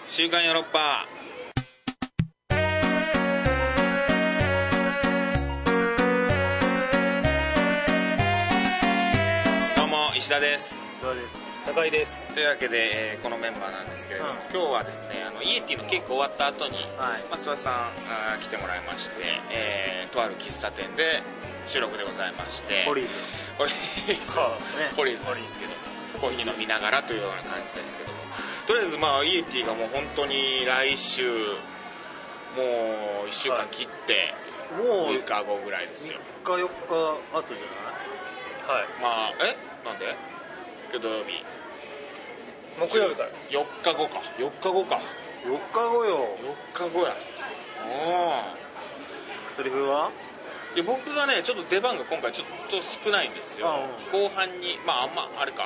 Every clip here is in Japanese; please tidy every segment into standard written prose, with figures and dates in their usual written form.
週刊ヨーロッパ。どうも石田です。 そうです。 酒井です。 というわけで、このメンバーなんですけれども、今日はですねイエティの稽古終わった後に、諏訪さん来てもらいまして、とある喫茶店で収録でございまして、 ホリーズホリーズですけど、コーヒー飲みながらというような感じですけども、とりあえずイエティがもう本当に来週もう1週間切って、もう6日後ぐらいですよ。 3日4日後じゃない？ はい。なんで？今日土曜日、 木曜日からです。 4日後か。4日後か。 4日後よ。 4日後や。 セリフは？ いや、僕がねちょっと出番が今回ちょっと少ないんですよ。後半にあれか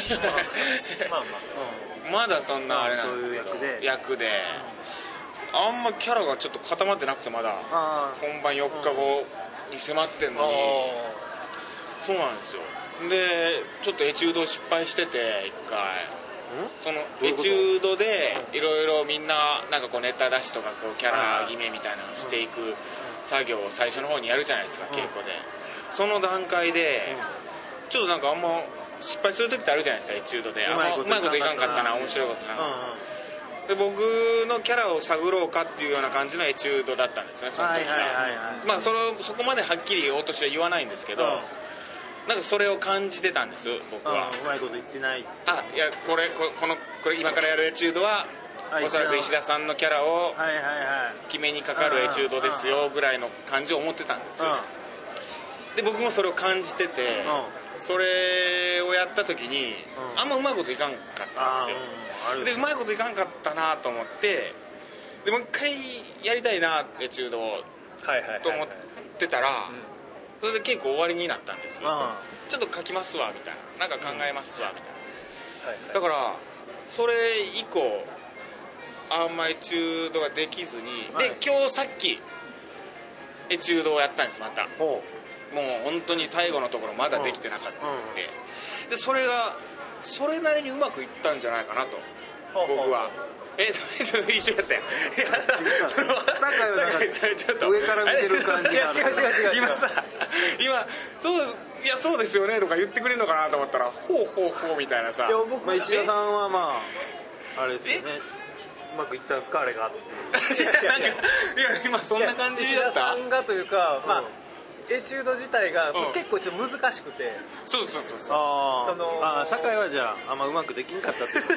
まだそんなあれなんですけど、 そういう役であんまキャラがちょっと固まってなくて、まだ本番4日後に迫ってんのに。そうなんですよ。でちょっとエチュード失敗してて、1回そのエチュードでいろいろみんななんかこうネタ出しとかこうキャラ決めみたいなのをしていく作業を最初の方にやるじゃないですか、稽古で。その段階でちょっとなんかあんま失敗する時ってあるじゃないですか、エチュードで。うまいこといかんかったな、面白いことな。で僕のキャラを探ろうかっていうような感じのエチュードだったんですね、その時が。そこまではっきり大年は言わないんですけど、なんかそれを感じてたんです、僕は。 うまいこと言ってない。 いや、これ今からやるエチュードはおそらく石田さんのキャラを決めにかかるエチュードですよぐらいの感じを思ってたんですよ。で僕もそれを感じてて、それをやった時にあんまうまいこといかんかったんですよ。でうまいこといかんかったなと思って、でもう一回やりたいなエチュードをと思ってたら、それで稽古終わりになったんですよ。ちょっと書きますわみたいな、なんか考えますわみたいな。だからそれ以降あんまエチュードができずに、で今日さっきエチュードをやったんです、また。もう本当に最後のところまだできてなかったんで、それがそれなりにうまくいったんじゃないかなと、僕は。一緒やったよ。 酒井はなんか上から見てる感じがある。 今そうですよねとか言ってくれるのかなと思ったら、ほうみたいなさ。 石田さんはあれですよね、うまくいったんですかあれがっていう。 いや今そんな感じだった。 石田さんがというか、エチュード自体が結構ちょっと難しくて。 そう酒井はじゃああんまうまくできんかったってこと。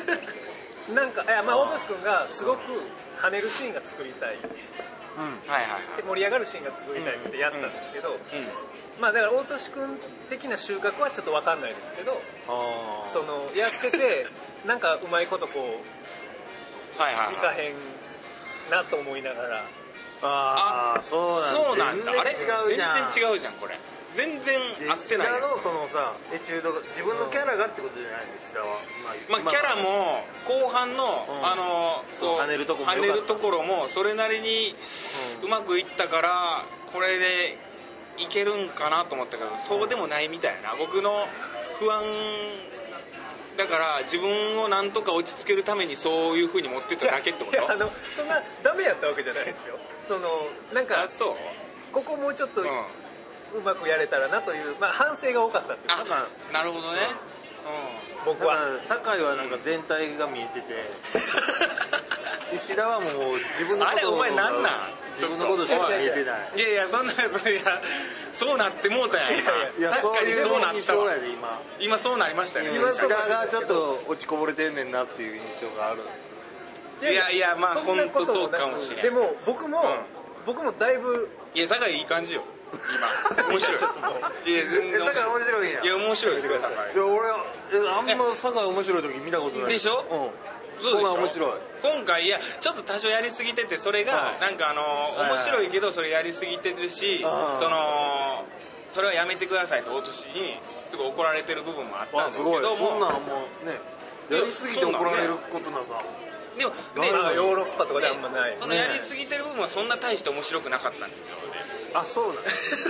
なんか大年君がすごく跳ねるシーンが作りたい、盛り上がるシーンが作りたいってやったんですけど、だから大年君的な収穫はちょっと分かんないですけど、そのやっててなんかうまいことこういかへんなと思いながら。 そうなんだ。あれ全然違うじゃんこれ。全然合ってない。 石田のそのさエチュードが自分のキャラがってことじゃないんです、石田は。 キャラも後半の跳ねるところもそれなりにうまくいったから、これでいけるんかなと思ったけど、そうでもないみたいな。僕の不安だから自分をなんとか落ち着けるためにそういう風に持ってっただけってこと？ そんなダメやったわけじゃないですよ。なんかここもうちょっとうまくやれたらなという、反省が多かったっていうか。 なるほどね。 僕は酒井はなんか全体が見えてて石田はもう自分のことあれお前なんなん？ 自分のことしか見えてない。 いやそうなってもうたやんか。確かにそうなったわ。今そうなりましたよね。 石田がちょっと落ちこぼれてんねんなっていう印象がある。 いや本当そうかもしれない。 でも僕もだいぶ。 いや酒井いい感じよ今。面白い。いや全然酒井面白いんや。 いや面白いですよ酒井。 いや俺あんま酒井面白い時見たことないでしょ。 そうでしょ。面白い。 今回ちょっと多少やりすぎてて、それがなんか面白いけどそれやりすぎてるし、それはやめてくださいと大年にすごい怒られてる部分もあったんですけども。 そんなのもうねやりすぎて怒られることなんか。 でもヨーロッパとかであんまない。 そのやりすぎてる部分はそんな大して面白くなかったんですよ。 あ、そうなん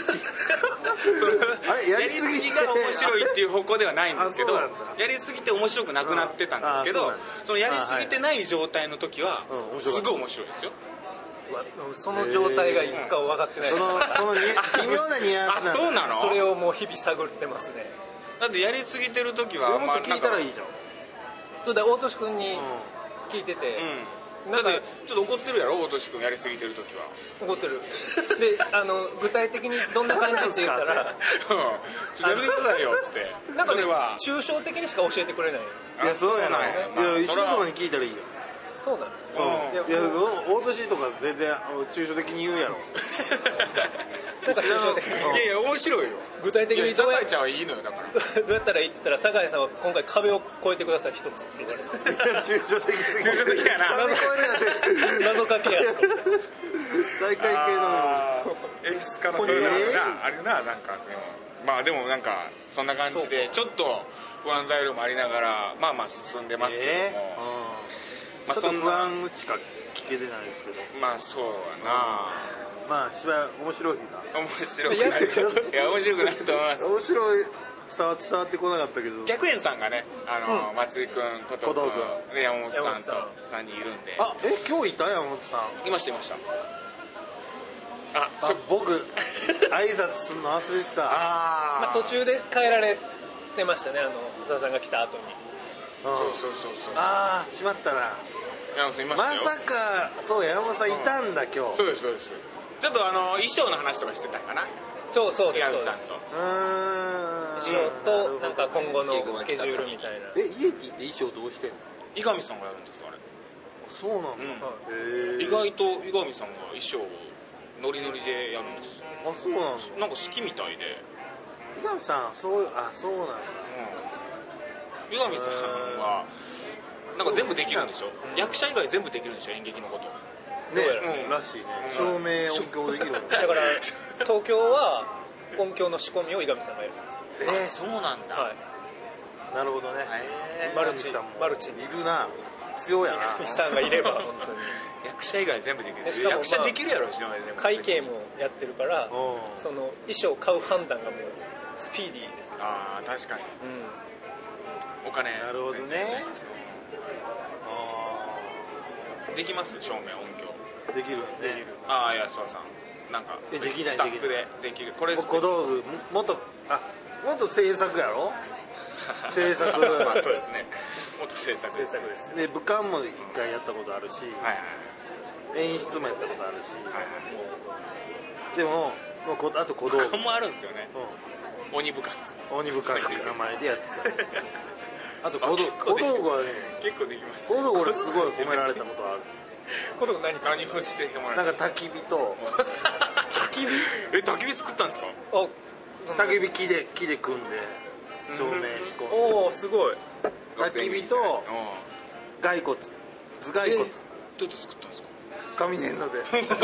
あれやりすぎが面白いっていう方向ではないんですけど、やりすぎて面白くなくなってたんですけど、そのやりすぎてない状態の時はすごい面白いですよ。 その状態がいつかは分かってない。 その微妙なニュアンスなんだ。 そうなの？ それをもう日々探ってますね。 だってやりすぎてる時はもっと聞いたらいいじゃん。 そうだ、大俊君に聞いてて、 だってちょっと怒ってるやろ、大俊君やりすぎてる時は。 怒ってる。で、具体的にどんな感じって言ったらちょっとやめてくださいよっつって。 なんかね、抽象的にしか教えてくれない。 いや、そうやな。いや、一緒のとこに聞いたらいいよ。 そうなんですよ。 いや、大年とか全然抽象的に言うやろ。 なんか抽象的に。 いやいや、面白いよ。 具体的にどうや酒井ちゃんはいいのよ、だから。 どうやったらいいって言ったら、酒井さんは今回壁を越えてください、一つって言われて。 抽象的すぎる。 抽象的やな。 謎かけや。 大会系の演出家のそういうのがあるな、なんかまあでもなんかそんな感じでちょっと不安材料もありながらまあまあ進んでますけども、 まあそんな不安しか聞けてないですけど、 まあそうやな。 まあ芝居面白いな。 面白くない。いや面白くないと思います。 面白い。伝わってこなかったけど、 逆園さんがね、松井君、琴君で山本さんと3人いるんで。 あ、今日いた山本さん。 いました。 僕挨拶するの忘れてた。 まあ途中で帰られてましたね、小沢さんが来た後に。 そう。 ああ、しまったな。 山本さんいましたよ。 まさか、そう山本さんいたんだ今日。 そうです。ちょっと衣装の話とかしてたんかな。 そうです。 岩見さんと。 衣装となんか今後のスケジュールみたいな。 イエティって衣装どうしてんの？ 伊上さんがやるんですあれ。 そうなんだ。 意外と伊上さんが衣装をノリノリでやるんです。 あ、そうなんだ。 なんか好きみたいで。 伊上さんそうなんだ。 伊上さんはなんか全部できるんでしょ。役者以外全部できるんでしょ、演劇のこと。 ね、らしいね。照明音響できるの。 だから東京は音響の仕込みを伊上さんがやるんですよ。そうなんだ。 はい。 なるほどね。 マルチさんもマルチいるな。必要やな。 伊上さんがいれば本当に。 役者以外全部できる。 しかも役者できるやろうし、 会計もやってるから、その衣装を買う判断がもうスピーディーですね。 ああ、確かに。お金。 なるほどね。 できます？照明音響。 できるね。 ああ、安田さんなんかできない。 スタッフでできる。これ小道具元制作やろ。制作。 まあそうですね。元制作です。 で武漢も一回やったことあるし、演出もやったことあるし、でもあと小道具。 武漢もあるんですよね。鬼武漢。 鬼武漢っていう名前でやってた。あと小道具はね、 結構できます。 小道具俺すごい褒められたことある。 小道具何をしてもらう？ なんか焚き火と焚き火作ったんですか？ 焚き火木で組んで照明仕込んで。 おお、すごい。 焚き火と骸骨、頭蓋骨。どうやって作ったんですか？ 紙粘土で。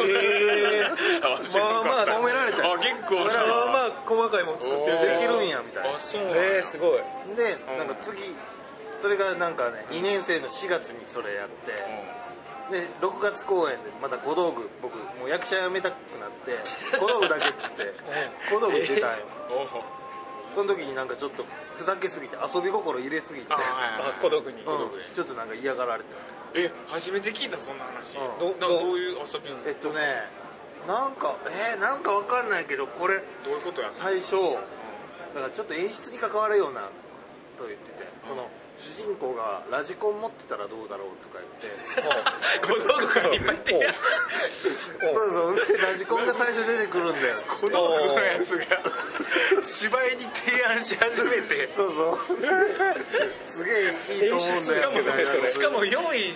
まあまあ褒められた。 結構まあ細かいもの作ってる。 できるんやみたいな。 すごい。 でなんか次それがなんかね、2年生の4月にそれやって、で6月公演でまた小道具、僕もう役者辞めたくなって小道具だけって言って小道具出たんよ。その時になんかちょっとふざけすぎて、遊び心入れすぎて小道具にちょっとなんか嫌がられた。 初めて聞いたそんな話。 どういう遊び？ なんかわかんないけど、これどういうことや？ 最初だからちょっと演出に関わるようなと言ってて、その主人公がラジコン持ってたらどうだろうとか言って小道具からいっぱい出てそうラジコンが最初出てくるんだよ。 小道具のやつが芝居に提案し始めてそうすげえいいと思うんだよ。 しかも用意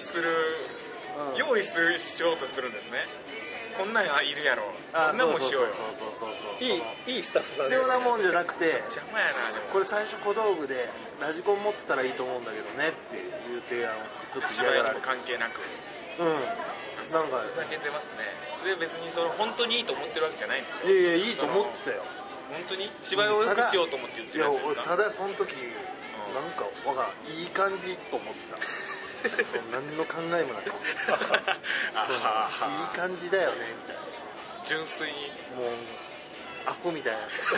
しようとするんですね。こんなんいるやろ、こんなんもしようよ。 いいスタッフさん必要なもんじゃなくて、 邪魔やな。 これ最初小道具でラジコン持ってたらいいと思うんだけどねっていう提案をちょっと芝居にも関係なく。 なんかふざけてますね。で別にそれ本当にいいと思ってるわけじゃないんでしょ。 いやいいと思ってたよ。 本当に芝居を良くしようと思って言ってるやつですか？ ただその時なんかわからん、いい感じと思ってた。 何の考えもなくいい感じだよねみたいな、 純粋にもうアホみたいな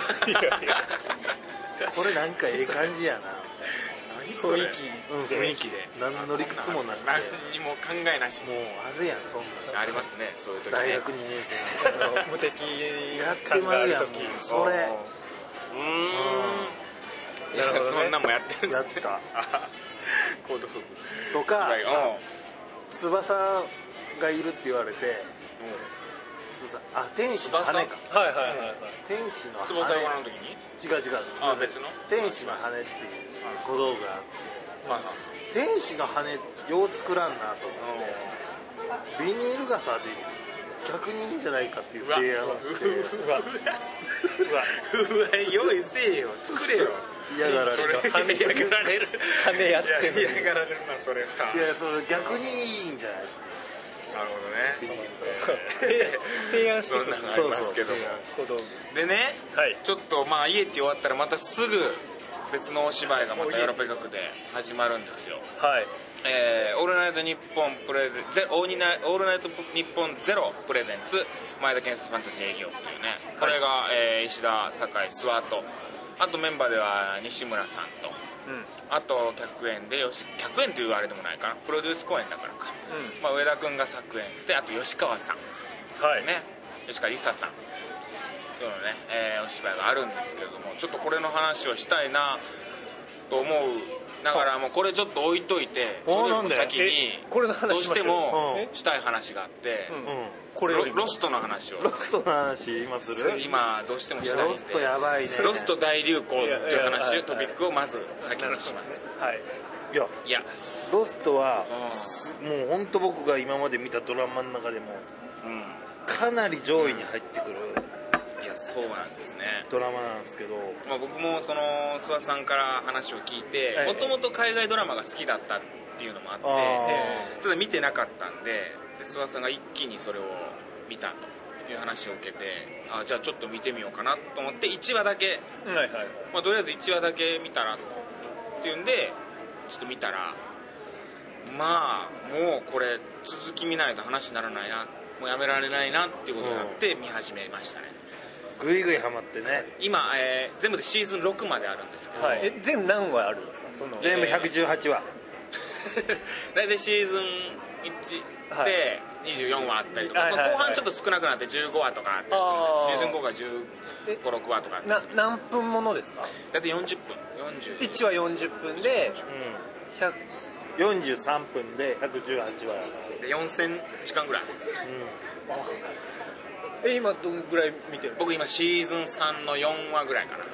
これなんかええ感じやなみたいな雰囲気で何の理屈もなくて何にも考えなしもうあるやんそんなありますね、そういう時ね。 大学2年生なんか無敵やってまうやん、それなるほど、ね、そんなんもやってるんですね。 やった行動部とか翼がいるって言われて、翼、天使の羽か、 はいはいはいはい、 天使の羽、 翼をの時に違う別の天使の羽っていう小道具があって、天使の羽よう作らんなと思ってビニール傘で逆にいいんじゃないかっていう提案をしてうわ用意せえよ、作れよ。 嫌がられる羽やってる、 嫌がられるな、それは。 いや、それ逆にいいんじゃないって。 なるほどね。 ビニール傘提案してくる。 そうそうけどでね、ちょっとまあ家って終わったらまたすぐ別のお芝居がまたヨーロッパ企画で始まるんですよ。 はい。 オールナイトニッポンプレゼンオールナイトニッポンゼロプレゼンツ前田建設ファンタジー営業っていうね、これが、石田酒井諏訪と、あとメンバーでは西村さんと、あと客演で客演というあれでもないかな、プロデュース公演だからか、まあ、上田君が作演して、あと吉川さん、ね、吉川梨沙さんそういうのね、お芝居があるんですけれども、ちょっとこれの話をしたいなと思うながらも、これちょっと置いといて、それよりも先にどうしてもしたい話があって、ロストの話を今する？ 今どうしてもしたいんで、 ロストやばいね。 ロスト大流行っていう話、トピックをまず先にします。 いやロストはもう本当僕が今まで見たドラマの中でもかなり上位に入ってくる、 いやそうなんですね、 ドラマなんですけど、 まあ、僕もその諏訪さんから話を聞いて、もともと海外ドラマが好きだったっていうのもあって、ただ見てなかったんで、諏訪さんが一気にそれを見たという話を受けて、じゃあちょっと見てみようかなと思って1話だけ、まあ、とりあえず1話だけ見たらっていうんでちょっと見たら、まあもうこれ続き見ないと話にならないな、もうやめられないなっていうことになって見始めましたね。 ぐいぐいハマってね。 今、全部でシーズン6まであるんですけど、 全部何話あるんですか？ 全部118話大体シーズン1で24話あったりとか、後半ちょっと少なくなって15話とかあったりするんで、シーズン5が15、6話とかあったりする。 何分ものですか？ 大体40分、 1話40分で 43分で118話で4000時間ぐらい、 今どんぐらい見てる？ 僕今シーズン3の4話ぐらいかな。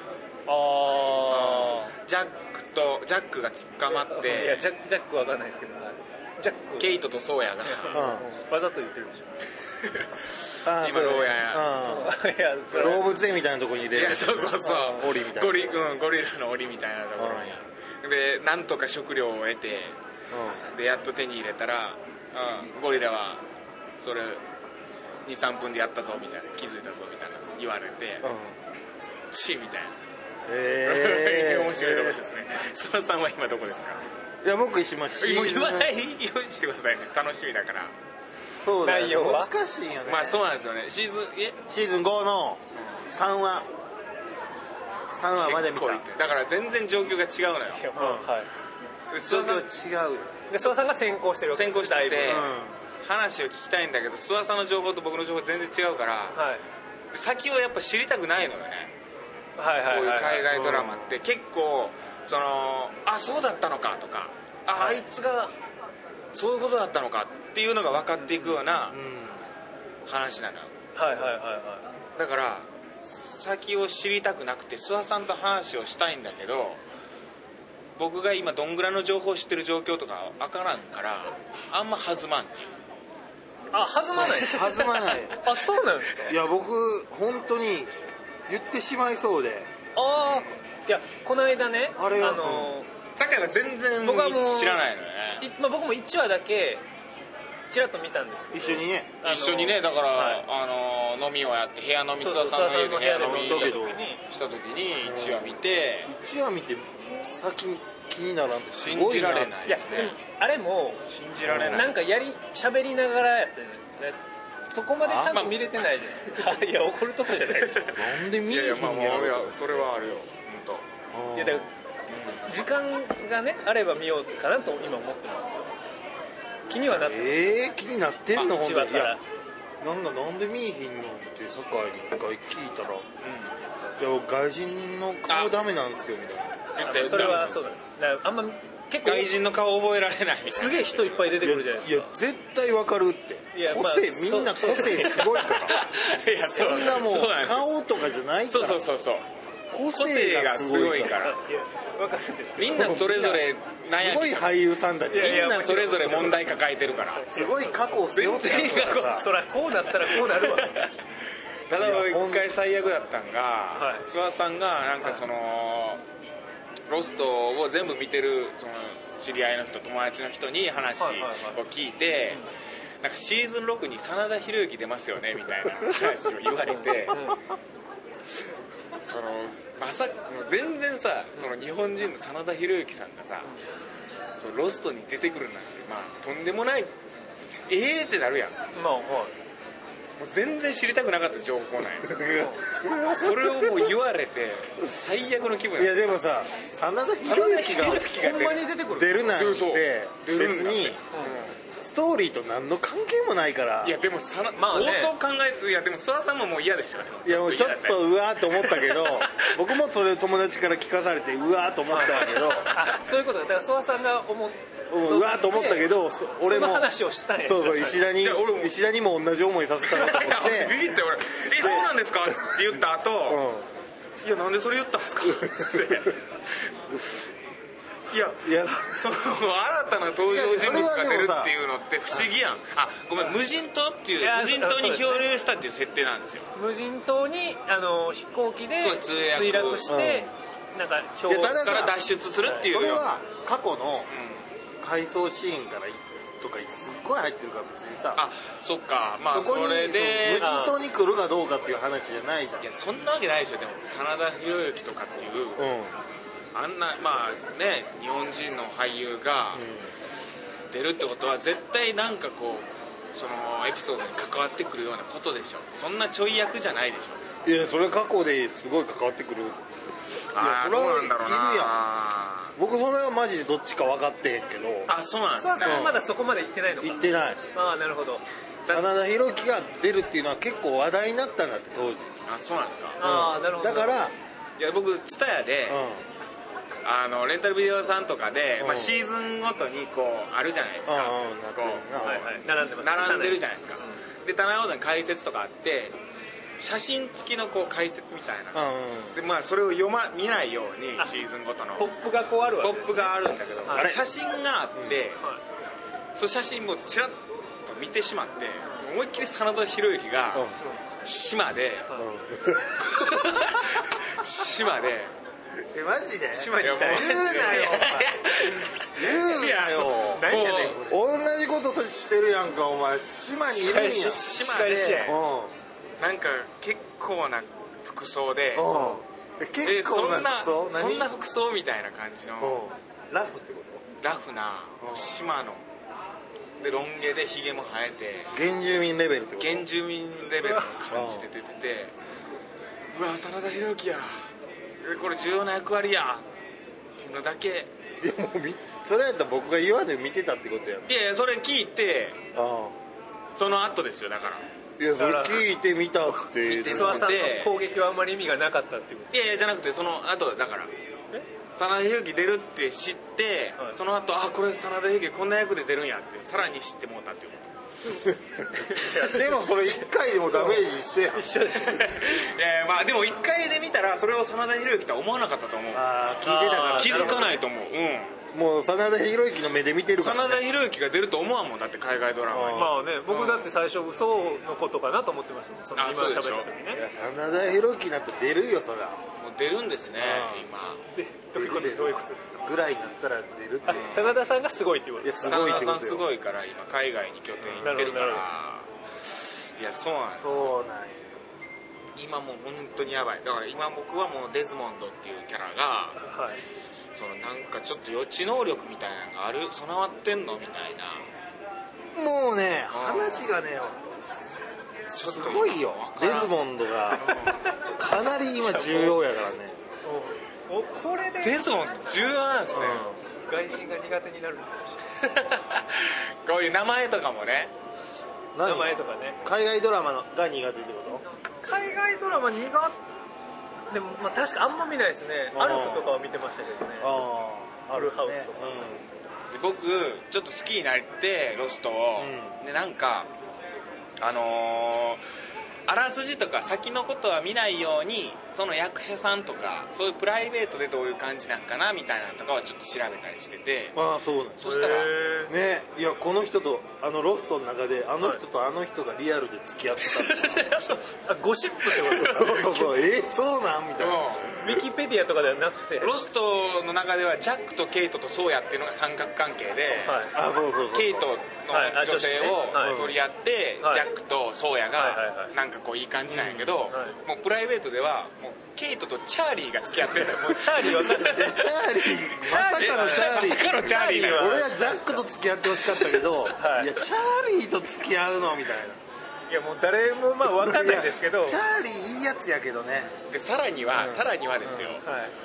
ジャックが捕まって、 いやジャックわかんないですけど、ジャックケイトとソーヤがわざと言ってるでしょ今牢屋や動物園みたいなところに入れる、 そう檻みたいな、 ゴリラの檻みたいなところに、でなんとか食料を得て、でやっと手に入れたら、ゴリラはそれ 2,3 分でやったぞみたいな、気づいたぞみたいな言われて、チーみたいな、面白いところですね。諏訪さんは今どこですか？ いや僕今シーズン、 もう言わないようにしてくださいね、楽しみだから。 そうだね、 難しいよね。 まあそうなんですよね。シーズン5の3話まで見た。 だから全然状況が違うのよ。 状況違うよ。 で諏訪さんが先行してるわけです。 先行してて、話を聞きたいんだけど、諏訪さんの情報と僕の情報全然違うから、先をやっぱ知りたくないのよね。こういう海外ドラマって結構そうだったのかとか、あいつがそういうことだったのかっていうのが分かっていくような話なのよ。だから先を知りたくなくて諏訪さんと話をしたいんだけど、僕が今どんぐらいの情報を知ってる状況とか分からんから、あんま弾まんっていう。 弾まないそうなんですか？ いや僕本当に言ってしまいそうで、 いやこの間ね、 酒井は全然知らないのよね。 僕も1話だけちらっと見たんですけど、 一緒にね、 だから、飲みをやって、部屋飲み、諏訪さんの家で部屋飲みした時に1話見て先気にならんってす信ごいな。 じられないですね。 あれも信じられない。 なんか喋りながらやったじゃないですかね。そこまでちゃんと見れてないじゃない。いや怒るとこじゃないでしょ。 なんで見えへんまあのやろ。 いやそれはあるよ本当。 いやだから時間がねあれば見ようかなと今思ってますよ。気にはなって気になってんのほんと。 1話から。 なんで見えへんのって酒井に一回聞いたら、いや外人の顔ダメなんですよみたいな。 それはそうなんです。だからあんま結構外人の顔覚えられない。 すげえ人いっぱい出てくるじゃないですか。 いや絶対わかるって。 いや個性、みんな個性すごいから。 いやそんなもう顔とかじゃないから。 そう個性がすごいから。 いや分かるんです。 みんなそれぞれすごい俳優さんたち。 みんなそれぞれ問題抱えてるから。 すごい過去を背負ってるからさ。 そらこうなったらこうなるわ。 ただ一回最悪だったんが、諏訪さんがなんかそのロストを全部見てるその知り合いの人友達の人に話を聞いて、なんかシーズン6に真田広之出ますよねみたいな話を言われて、そのまさ全然さその日本人の真田広之さんがさ、そのロストに出てくるなんてまあとんでもないってなるやん。 まあもう全然知りたくなかった情報なんや。それをもう言われて最悪の気分や。 いやでもさ真田広之がほんまに出てくる。 出るなんて別にストーリーと何の関係もないから。 いやでも相当考えて、いやでも諏訪さんももう嫌でしょ。 いやもうちょっとうわーと思ったけど僕もそれ友達から聞かされてうわーと思ったんやけどそういうことだから諏訪さんがうわーと思ったけど俺もその話をしたんや。 そう石田にも同じ思いさせたなと思ってビビって俺そうなんですかって言った後、いやなんでそれ言ったんですかっていやその新たな登場人物が出るっていうのって不思議やん。ごめん無人島っていう無人島に漂流したっていう設定なんですよ。 無人島に飛行機で墜落してなんか氷から脱出するっていう。 それは過去の回想シーンからとかすっごい入ってるから別にさ。 そっか。まあそれで無人島に来るかどうかっていう話じゃないじゃん。 いやそんなわけないでしょ。でも真田広之とかっていうあんなまあね日本人の俳優が出るってことは絶対なんかこうそのエピソードに関わってくるようなことでしょ。そんなちょい役じゃないでしょ。 いやそれ過去ですごい関わってくる。いやそれはいるやん。僕それはマジでどっちか分かってへんけど。 そうなんですね。 まだそこまで行ってないのか。 行ってない。 なるほど。 真田広之が出るっていうのは結構話題になったんだって当時。 そうなんですか。 なるほど。 だからいや僕TSUTAYAでレンタルビデオ屋さんとかでシーズンごとにこうあるじゃないですか。並んでるじゃないですか。で棚ごとに解説とかあって写真付きのこう解説みたいなでまあそれを見ないようにシーズンごとのポップがこうあるわけ。 ポップがあるんだけど写真があってその写真もちらっと見てしまって思いっきり真田広之が島でマジで島にいたい。 言うなよ。 何やねんこれ。 同じことしてるやんかお前。島にいるんや。 島でなんか結構な服装で結構な服装そんな服装みたいな感じのラフってこと？ ラフな島のでロン毛でヒゲも生えて原住民レベルってこと？ 原住民レベルの感じで出ててうわ真田広之やこれ重要な役割やっていうのだけ。 いやもうそれやったら僕が言わんで見てたってことやん。 いやそれ聞いてその後ですよ。だからいやそれ聞いてみたって諏訪さんの攻撃はあんまり意味がなかったっていうこと。 いやじゃなくてその後だから真田広之出るって知って、その後これ真田広之こんな役で出るんやってさらに知ってもうたっていうでもそれ1回でもダメージ一緒やん。 いやまあでも1回で見たらそれを真田広之とは思わなかったと思う。 聞いてたから気づかないと思う。 もう真田広之の目で見てるから、 真田広之が出ると思わんもんだって海外ドラマに。 まあね僕だって最初嘘のことかなと思ってましたもん。その今喋った時ね。 いや真田広之なんて出るよそりゃ。 もう出るんですね今。 でどういうことですか？ ぐらいになったら出るって。 真田さんがすごいって言われて。 真田さんすごいから今海外に拠点行ってるから。いやそうなんです。 そうなんや。 今もう本当にやばい。だから今僕はもうデズモンドっていうキャラがそのなんかちょっと予知能力みたいなのがある備わってんのみたいな。 もうね話がねすごいよ。デズモンドがかなり今重要やからね。 これでデズモンド重要なんですね、 外人が苦手になるんだこういう名前とかもね。 名前とかね。 海外ドラマが苦手ってこと？ 海外ドラマ苦手でも、まあ、確かあんま見ないですね。アルフとかは見てましたけどね。 フルハウスとか、 で僕ちょっと好きになってロストを、でなんかあらすじとか先のことは見ないようにその役者さんとかそういうプライベートでどういう感じなんかなみたいなのとかはちょっと調べたりしてて、 そうなんそしたらね、いやこの人とロストの中であの人とあの人がリアルで付き合ってたゴシップってことですか？ そうそうなんみたいな、 ウィキペディアとかではなくてロストの中ではジャックとケイトとソーヤっていうのが三角関係で、ケイトの女性を取り合って、ジャックとソーヤがなんかこういい感じなんやけど、もうプライベートではもうケイトとチャーリーが付き合ってる。もうチャーリー分かんない。 チャーリーまさかのチャーリー俺はジャックと付き合ってほしかったけど、いやチャーリーと付き合うのみたいな。 いやもう誰もまあ分かんないですけど、 チャーリーいいやつやけどね。 でさらにはですよ、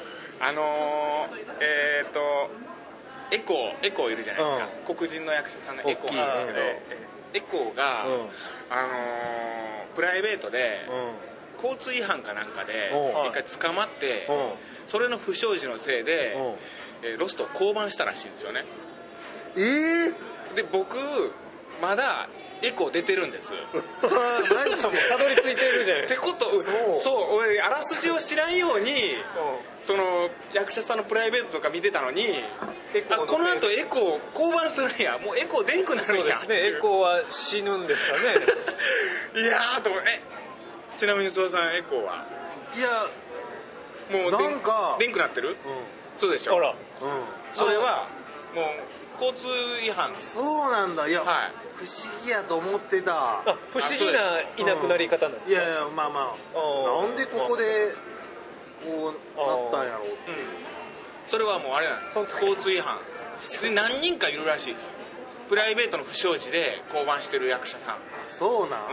エコーいるじゃないですか、黒人の役者さんのエコーなんですけど、エコーが、プライベートで、交通違反かなんかで一回捕まって、それの不祥事のせいで、ロストを降板したらしいんですよね。で僕まだエコー出てるんです。 たどり着いてるじゃないってことそう俺あらすじを知らんようにその役者さんのプライベートとか見てたのに、この後エコー降板するんや、もうエコー出んくなるんや。 そうですね、エコーは死ぬんですかね。 いやーと思って、ちなみに諏訪さんエコーは？ いやもうなんか出んくなってる？そうでしょ。それはもう交通違反。 そうなんだ。いや、不思議やと思ってた。 不思議ないなくなり方なんですか？ いやいや、まあなんでここでこうなったんやろうって。 それはもうあれなんです、交通違反で何人かいるらしいです。プライベートの不祥事で降板してる役者さん。 そうなん。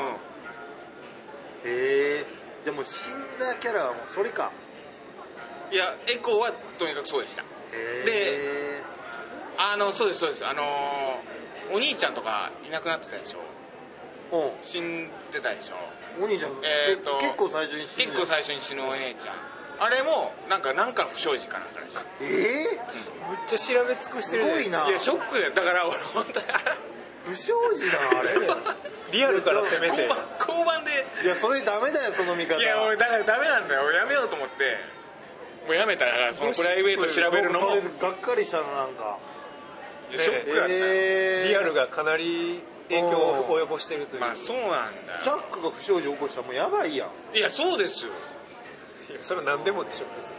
じゃあもう死んだキャラはもうそれか。 いやエコーはとにかくそうでした。でそうですお兄ちゃんとかいなくなってたでしょ。死んでたでしょお兄ちゃん。結構最初に死ぬお姉ちゃん。あれもなんかの不祥事かなんかだし。 むっちゃ調べ尽くしてる。 すごいな。 いやショックだから俺本当に不祥事だなあれ。 リアルから攻めて交番で。 いやそれダメだよその見方。 いや俺だからダメなんだよ。やめようと思ってもうやめたら、そのプライベート調べるのもそれがっかりしたの。なんかショックやった。 リアルがかなり影響を及ぼしてるという。 まあそうなんだ。 ジャックが不祥事起こしたらもうやばいやん。 いやそうですよ。 いやそれは何でもでしょ別に。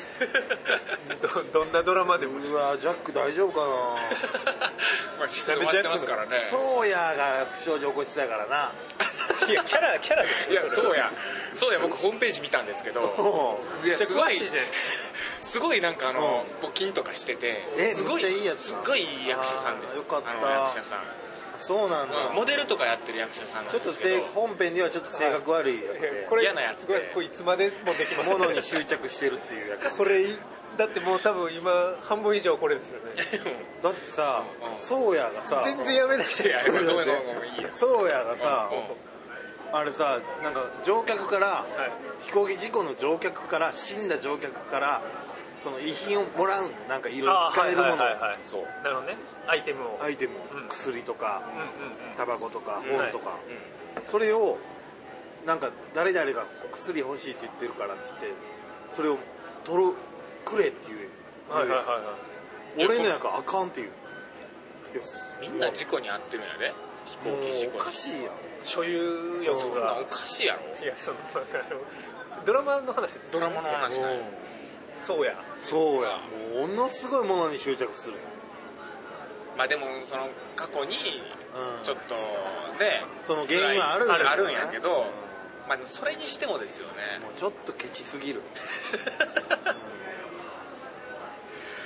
どんなドラマでも。 うわジャック大丈夫かな。 まあ止まってますからね。 ソーヤが不祥事起こしてたからな。 いやキャラでしょ。 いやそうや僕ホームページ見たんですけど、 めっちゃ詳しいじゃないすごいなんか募金とかしてて、すごいいいやつ。すごいいい役者さんです。 よかった。 役者さん。 そうなんだ。 モデルとかやってる役者さんなんですけど、 ちょっと本編ではちょっと性格悪いやつこれ嫌なやつで、 これいつまでもできます。 物に執着してるっていうやつ。 これだってもう多分今半分以上これですよね。 だってさ、ソーヤがさ全然やめなくちゃいけない。 ごめんいいや。 ソーヤがさ、あれさなんか乗客から、飛行機事故の乗客から死んだ乗客からその遺品をもらうの。なんかいろいろ使えるもの。 そうなるほどね。アイテム、 薬とかタバコとか本とか、それをなんか誰々が薬欲しいって言ってるからって言ってそれをくれって言う。俺のやからあかんって言う。 みんな事故に遭ってるんやで。飛行機事故。 おかしいやん。 所有欲が。 そんなおかしいやろ。 いやドラマの話です。 ドラマの話だよ。 そうやものすごいものに執着する。 まあでもその過去にちょっとねその原因はあるんやけど、まあでもそれにしてもですよね。 もうちょっとケチすぎる。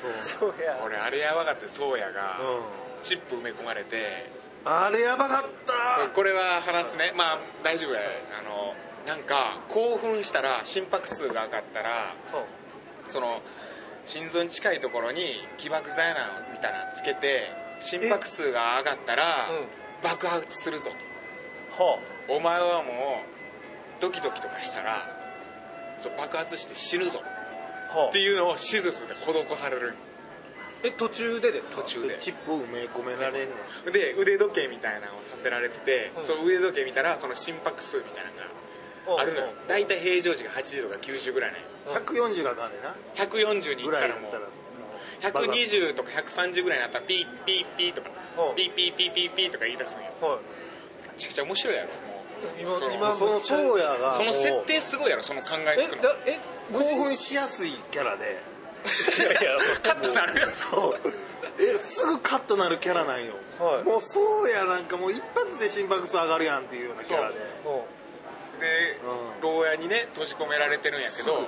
そうや俺あれやばかったそうやが、チップ埋め込まれてあれやばかった。 これは話すね。まあ大丈夫や。なんか興奮したら心拍数が上がったら、その心臓に近いところに起爆剤なのみたいなのつけて心拍数が上がったら爆発するぞと、お前はもうドキドキとかしたら爆発して死ぬぞっていうのを手術で施される。 途中でですか？ 途中でチップを埋め込められるので腕時計みたいなのをさせられてて、その腕時計見たらその心拍数みたいなのがあるのよ。大体平常時が80とか90ぐらいね。 140があかんねんな。 140にいったらもう120とか130ぐらいになったらピーピーピーとかピーピーピーピーピーとか言い出すんよ。めちゃくちゃ面白いやろ。 今そのそうやがその設定すごいやろ。その考えつくの興奮しやすいキャラでカットなるよ。 そうすぐカットなるキャラなんよ、もうそうやなんかもう一発で心拍数上がるやんっていうようなキャラで牢屋にね閉じ込められてるんやけど、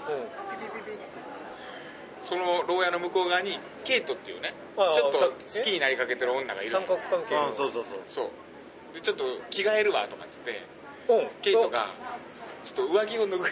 その牢屋の向こう側にケイトっていうねちょっと好きになりかけてる女がいる。 三角関係のそうでちょっと着替えるわとかっつってケイトがちょっと上着を脱ぐんよ。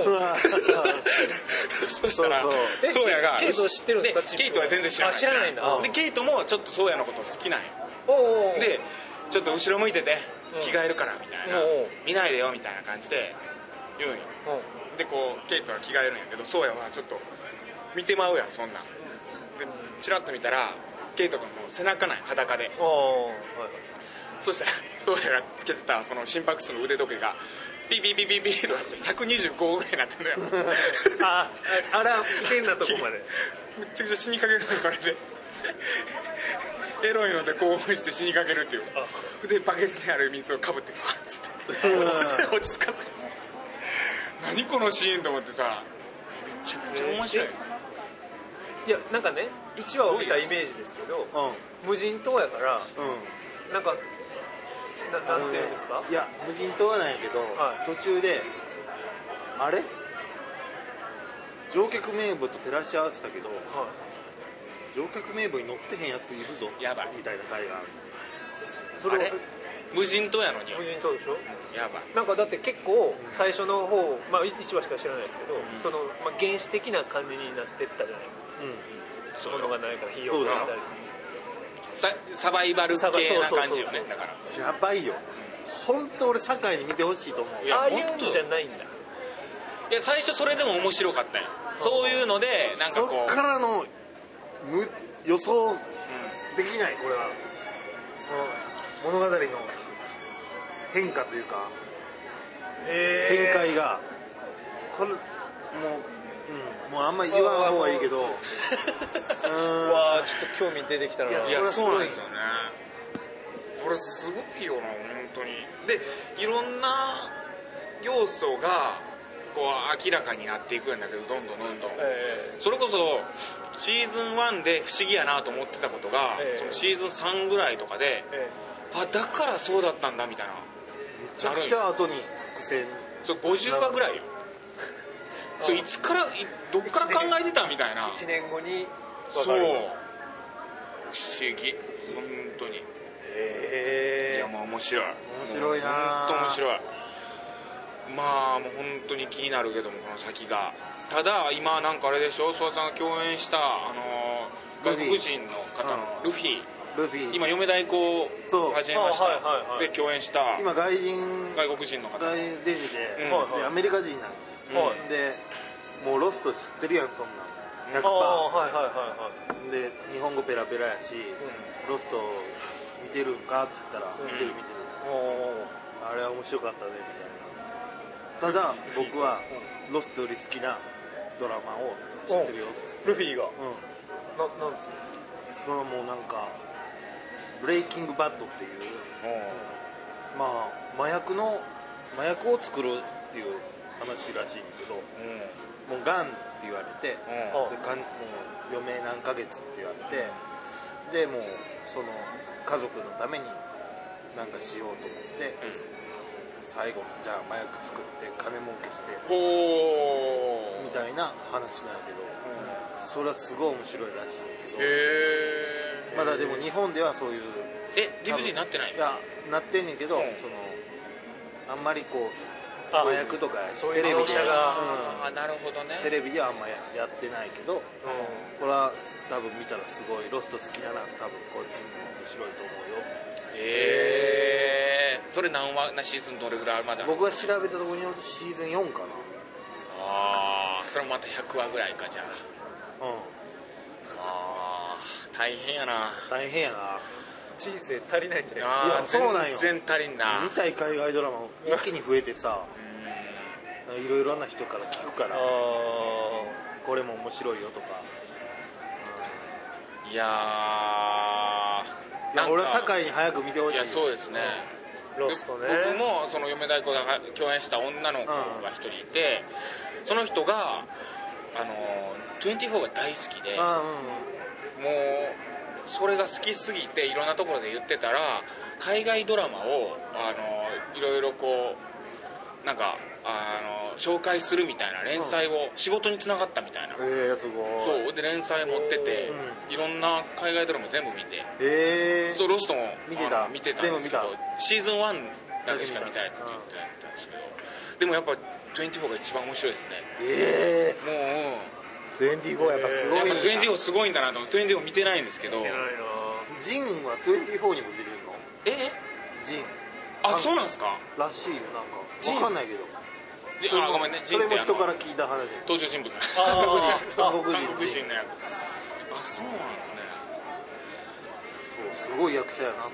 そしたらそうやがケイト知ってるんですか？ ケイトは全然知らない。 知らないんだ。 でケイトもちょっとそうやのこと好きなんよ。でちょっと後ろ向いてて着替えるからみたいな、見ないでよみたいな感じで言うんよ。でこうケイトは着替えるんやけどそうやはちょっと見てまうやんそんなんでチラッと見たらケイト君も背中ない裸で、そしたらそうやがつけてたその心拍数の腕時計がピーピーピーピーピーとか125ぐらいになってるのよ。 あら危険なとこまでめちゃくちゃ死にかけるのそれでエロいので興奮して死にかけるっていう。でバケツにある水をかぶってファッつって落ち着かせる。何このシーンと思ってさ、めちゃくちゃ面白い。 いやなんかね1話を見たイメージですけど、無人島やから、なんかなんていうんですか。 いや無人島はないけど、途中であれ乗客名簿と照らし合わせたけど、乗客名簿に乗ってへんやついるぞやばいみたいな回がある。 それあれ無人島やのに無人島でしょ。 やばい。 なんかだって結構最初の方、1話しか知らないですけど、その、原始的な感じになってったじゃないですか。物がないから費用がしたりサバイバル系な感じよね。だからやばいよ。本当俺堺に見てほしいと思う。 ああいうんじゃないんだ。 いや最初それでも面白かったよ。そういうのでなんかこうそっからの予想できない。これは物語の変化というか展開がこれもうあんまり言わん方がいいけどわあちょっと興味出てきたな。 いやそうなんですよね。これすごいよな本当に。でいろんな要素がこう明らかになっていくんだけどどんどんそれこそシーズン1で不思議やなと思ってたことが、そのシーズン3ぐらいとかで、だからそうだったんだみたいな。 めちゃくちゃ後に苦戦。 それ50話ぐらいよ。それいつからどっから考えてたみたいな。 1年後にそう不思議本当に。いやもう面白いな。 本当面白い。まあもう本当に気になるけどもこの先が。ただ今なんかあれでしょ、諏訪さんが共演した外国人の方のルフィ今嫁代行始めましたで共演した今外国人の方外デジでアメリカ人なんでもうロスト知ってるやんそんなん 100%で日本語ペラペラやしロスト見てるんかって言ったら見てるあれは面白かったねみたいな。ただ僕はロストより好きなドラマを知ってるよっつって。 ルフィがなんですか。 それはもうなんかブレイキングバッドっていう麻薬を作るっていう話らしいんだけど、もうガンって言われて、もう余命何ヶ月って言われて、でもうその家族のために何かしようと思って、最後じゃあ麻薬作って金儲けしてみたいな話なんやけど、 それはすごい面白いらしいけど、 へまだでも日本ではそういう、 DVD になってない？ いやなってんねんけど、あんまりこう麻薬とかテレビでなるほどね、 テレビではあんまやってないけど、これは多分見たらすごいロスト好きなら多分こっちも面白いと思うよ。 それ何話なシーズンどれぐらいまで？ 僕が調べたところによるとシーズン4かな。 それもまた100話ぐらいか。じゃあ大変やな。 人生足りないんじゃないですか。 いやそうなんよ、 全然足りんな。 見たい海外ドラマ一気に増えてさいろいろな人から聞くから、これも面白いよとか。 いや俺は堺に早く見てほしい。いやそうですね、 ロストね。 僕もその嫁太鼓が共演した女の子が一人いて、その人が24が大好きで、もうそれが好きすぎていろんなところで言ってたら、海外ドラマをいろいろこうなんか紹介するみたいな連載を仕事につながったみたいな。 すごい。 そうで連載持ってて、いろんな海外ドラマ全部見て、そうロストも見てたんですけど、シーズン1だけしか見たいって言ってたんですけど、でもやっぱ24が一番面白いですね。もう 24やっぱすごい。 やっぱ24すごいんだなと思って。24見てないんですけど。 ジンは24にも出てるの？ジン。 そうなんですか？ らしいよ。なんかわかんないけど。 ごめんね。 それも人から聞いた話。 登場人物。 韓国人の役。そうなんですね。 すごい役者やなと思って。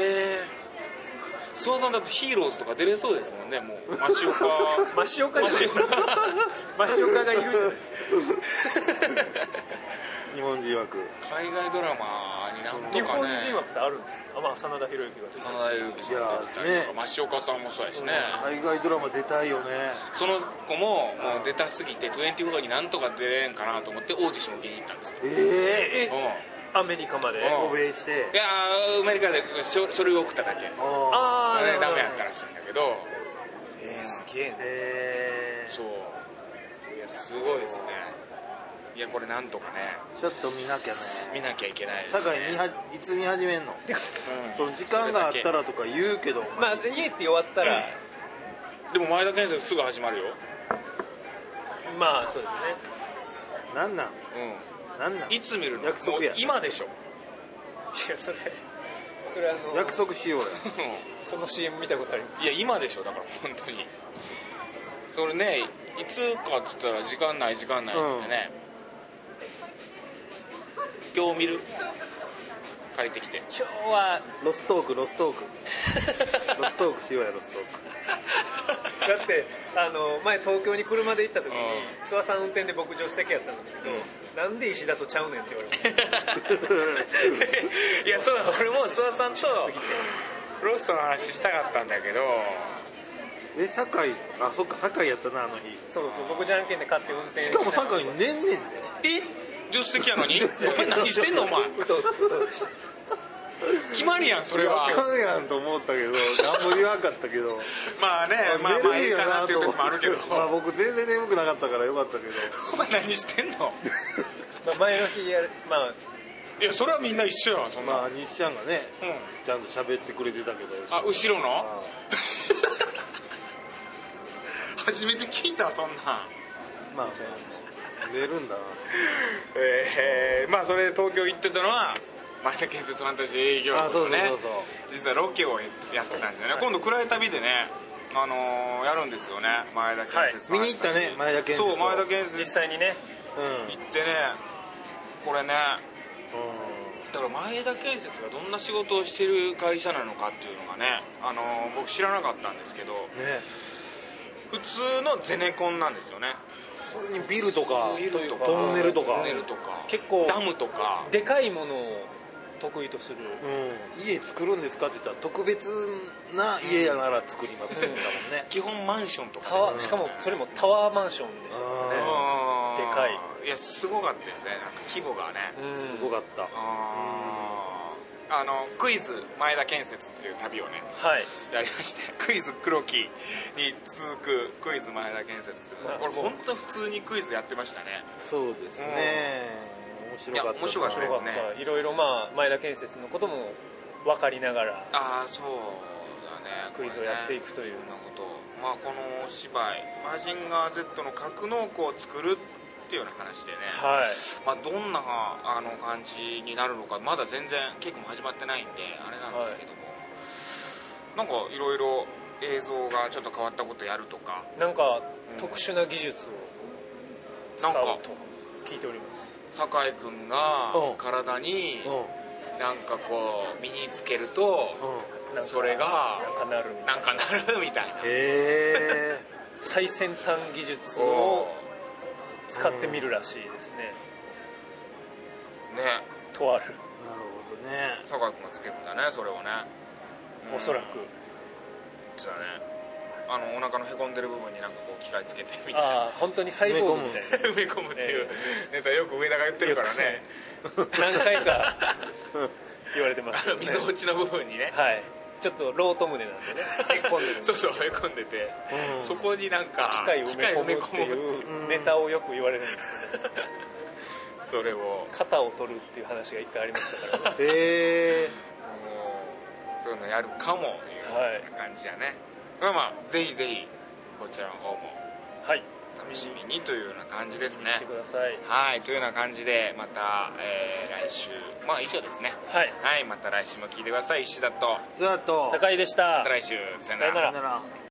諏訪さんだとヒーローズとか出れそうですもんね。もうマシオカがいるじゃないですか。 日本人枠。 海外ドラマになんとかね。 日本人枠ってあるんですか？真田広之が出てたりとか、マシオカさんもそうやしね。 海外ドラマ出たいよね。 その子も出たすぎて24になんとか出れんかなと思ってオーディション受けに行ったんですよ。 アメリカまで渡米して。いやアメリカで書類を送っただけ。ダメやったらしいんだけど。 すげえね。 そういやすごいですね。いやこれなんとかねちょっと見なきゃいけないですね。堺いつ見始めんの？その時間があったらとか言うけど、 家って終わったら、 でも前田健介すぐ始まるよ。 そうですね。 なんなんいつ見るの？ 約束や。 今でしょ。 いやそれ約束しようや。 その CM 見たことあります。 いや今でしょ。だから本当にそれね、いつかっつったら時間ないっつってね、今日見る？借りてきて。 今日はロストークしようや。ロストークだって前東京に車で行った時に諏訪さん運転で僕助手席やったんですけど、なんで石田とちゃうねんって言われましたいやそうだ、俺も諏訪さんとロストの話したかったんだけど、 堺そっか堺やったなあの日。 そう僕じゃんけんで買って運転して、 しかも堺に寝んねんで。 助手席やのにお前何してんのお前決まりやんそれは。 あかんやんと思ったけど何も言わんかったけど寝るんやなっていう時もあるけど僕全然眠くなかったからよかったけどお前何してんの前の日いやそれはみんな一緒やそんな。 西ちゃんがね、ちゃんと喋ってくれてたけど。 後ろの初めて聞いたそんな。 そう寝るんだな。 それで東京行ってたのは前田建設ファンタジー営業部のね、実はロケをやってたんですよね。今度暗い旅でねやるんですよね。前田建設、 見に行ったね。前田建設。 そう前田建設実際にね、 行ってね、これね、だから前田建設がどんな仕事をしてる会社なのかっていうのがね、僕知らなかったんですけど、普通のゼネコンなんですよね。 普通にビルとかトンネルとか結構ダムとかでかいものを得意とする、 家作るんですかって言ったら特別な家やなら作りますって言ってたもんね。 基本マンションとかしかもそれもタワーマンションでしたよね。でかい。 いやすごかったですね。なんか規模がね、 すごかった。 クイズ前田建設っていう旅をね、 はい、 やりまして、クイズ黒木に続くクイズ前田建設、これ本当普通にクイズやってましたね。 そうですね、面白かった。 面白かったですね。 いろいろ前田建設のことも分かりながら、 そうだね、 クイズをやっていくというようなこと。このお芝居マジンガー Z の格納庫を作るっていうような話でね、はい、どんな感じになるのかまだ全然稽古も始まってないんであれなんですけども、なんかいろいろ映像がちょっと変わったことやるとか、 なんか特殊な技術を使うと聞いております。 酒井君が体になんかこう身につけるとそれがなんかなるみたいな、 最先端技術を使ってみるらしいですね。とある。 なるほどね。 酒井君がつけるんだね、それをね。 おそらく。 そうだね。お腹のへこんでる部分になんかこう機械つけてみたいな。 本当にサイボーグみたいな。 埋め込むっていうネタよく上田が言ってるからね。 何回か言われてますよね。 溝落ちの部分にね。 はい。ちょっとロート胸なんでね、へこんでる。 そうそう、へこんでて、そこになんか機械を埋め込むっていうネタをよく言われるんですけど、 それを肩を取るっていう話が一回ありましたから、 そういうのやるかもいう感じやね。ぜひぜひこちらの方も楽しみにというような感じですね。 見てください。 はい、というような感じでまた、来週以上ですね。はい、また来週も聞いてください。石田と酒井でした。 また来週、さよなら。